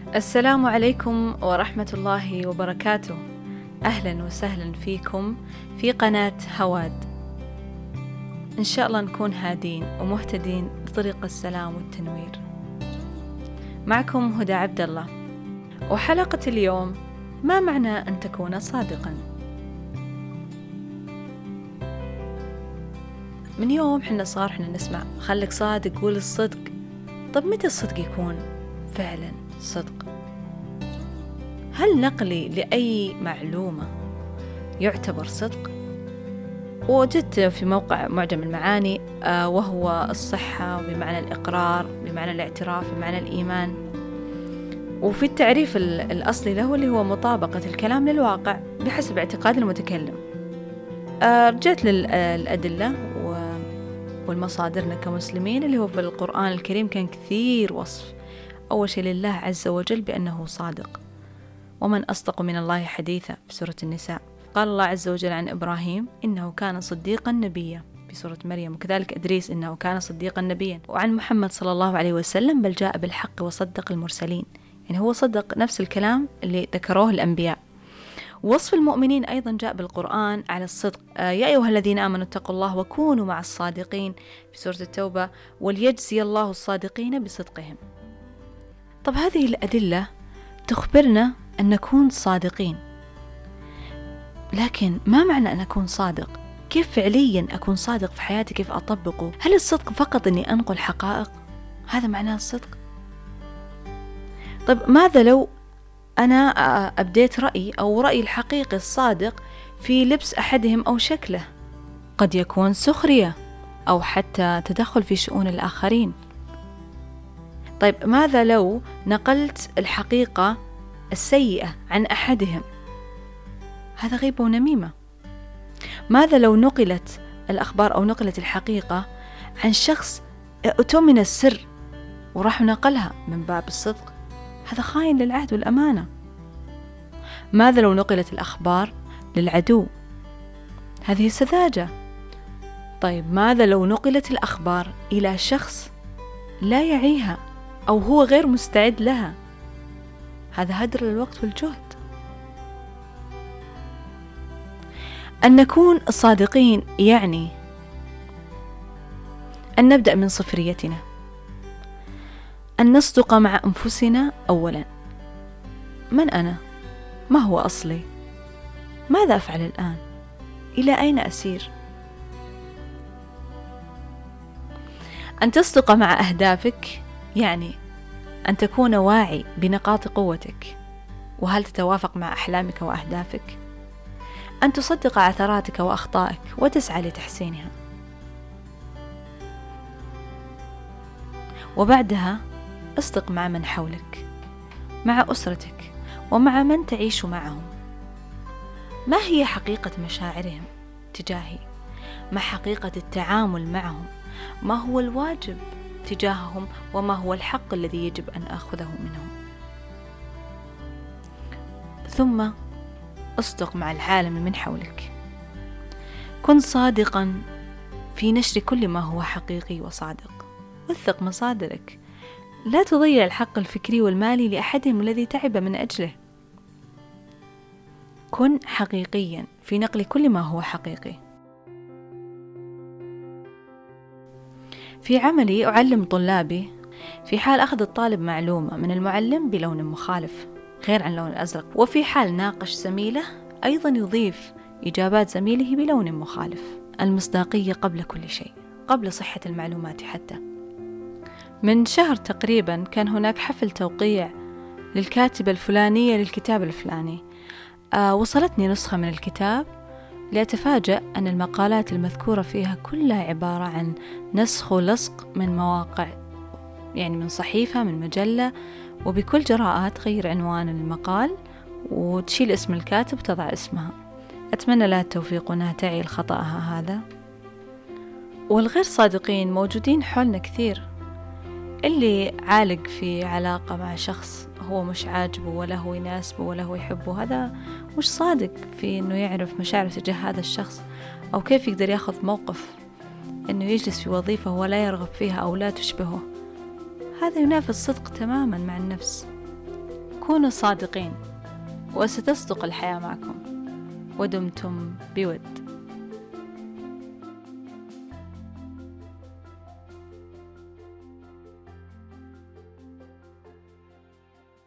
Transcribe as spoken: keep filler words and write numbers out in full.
السلام عليكم ورحمة الله وبركاته. أهلا وسهلا فيكم في قناة هواد. إن شاء الله نكون هادين ومهتدين بطريق السلام والتنوير. معكم هدى عبد الله، وحلقة اليوم: ما معنى أن تكون صادقا؟ من يوم حنا صار حنا نسمع خلك صادق، قول الصدق. طب متى الصدق يكون فعلا صدق؟ هل نقلي لأي معلومة يعتبر صدق؟ وجدت في موقع معجم المعاني آه وهو الصحة بمعنى الإقرار، بمعنى الاعتراف، بمعنى الإيمان. وفي التعريف الأصلي له اللي هو مطابقة الكلام للواقع بحسب اعتقاد المتكلم. آه رجعت للأدلة والمصادرنا كمسلمين اللي هو في القرآن الكريم كان كثير وصف. أول شيء لله عز وجل بأنه صادق، ومن أصدق من الله حديثا في سورة النساء. قال الله عز وجل عن إبراهيم إنه كان صديقا نبيا في سورة مريم، وكذلك إدريس إنه كان صديقا نبيا. وعن محمد صلى الله عليه وسلم بل جاء بالحق وصدق المرسلين، يعني هو صدق نفس الكلام اللي ذكروه الأنبياء. وصف المؤمنين أيضا جاء بالقرآن على الصدق. آه يا أيها الذين آمنوا اتقوا الله وكونوا مع الصادقين في سورة التوبة، وليجزي الله الصادقين بصدقهم. طب هذه الأدلة تخبرنا أن نكون صادقين، لكن ما معنى أن أكون صادق؟ كيف فعليا أكون صادق في حياتي؟ كيف أطبقه؟ هل الصدق فقط أني أنقل حقائق؟ هذا معناه الصدق؟ طيب ماذا لو أنا أبديت رأيي أو رأيي الحقيقي الصادق في لبس أحدهم أو شكله؟ قد يكون سخرية أو حتى تدخل في شؤون الآخرين. طيب ماذا لو نقلت الحقيقة السيئة عن أحدهم؟ هذا غيبة ونميمة. ماذا لو نقلت الأخبار أو نقلت الحقيقة عن شخص أؤتمن السر وراح نقلها من باب الصدق؟ هذا خاين للعهد والأمانة. ماذا لو نقلت الأخبار للعدو؟ هذه سذاجة. طيب ماذا لو نقلت الأخبار إلى شخص لا يعيها أو هو غير مستعد لها؟ هذا هدر للوقت والجهد. أن نكون صادقين يعني أن نبدأ من صفريتنا، أن نصدق مع أنفسنا أولا. من أنا؟ ما هو أصلي؟ ماذا أفعل الآن؟ إلى أين أسير؟ أن تصدق مع أهدافك يعني أن تكون واعي بنقاط قوتك، وهل تتوافق مع أحلامك وأهدافك؟ أن تصدق عثراتك وأخطائك وتسعى لتحسينها. وبعدها اصدق مع من حولك، مع أسرتك ومع من تعيش معهم. ما هي حقيقة مشاعرهم تجاهي؟ ما حقيقة التعامل معهم؟ ما هو الواجب تجاههم؟ وما هو الحق الذي يجب أن أخذه منهم؟ ثم اصدق مع العالم من حولك. كن صادقا في نشر كل ما هو حقيقي وصادق. وثق مصادرك، لا تضيع الحق الفكري والمالي لأحدهم الذي تعب من أجله. كن حقيقيا في نقل كل ما هو حقيقي. في عملي أعلم طلابي، في حال أخذ الطالب معلومة من المعلم بلون مخالف غير عن اللون الأزرق، وفي حال ناقش زميله أيضا يضيف إجابات زميله بلون مخالف. المصداقية قبل كل شيء، قبل صحة المعلومات حتى. من شهر تقريبا كان هناك حفل توقيع للكاتبة الفلانية للكتاب الفلاني. آه وصلتني نسخة من الكتاب لأتفاجأ أن المقالات المذكورة فيها كلها عبارة عن نسخ ولصق من مواقع، يعني من صحيفة، من مجلة، وبكل جراءة تغير عنوان المقال وتشيل اسم الكاتب وتضع اسمها. أتمنى لها التوفيق وأنها تعي خطأها هذا. والغير صادقين موجودين حولنا كثير. اللي عالق في علاقة مع شخص هو مش عاجبه ولا هو يناسبه ولا هو يحبه، هذا مش صادق في أنه يعرف مشاعره تجاه هذا الشخص، أو كيف يقدر ياخذ موقف أنه يجلس في وظيفة هو لا يرغب فيها أو لا تشبهه. هذا ينافي الصدق تماما مع النفس. كونوا صادقين وستصدق الحياة معكم، ودمتم بود.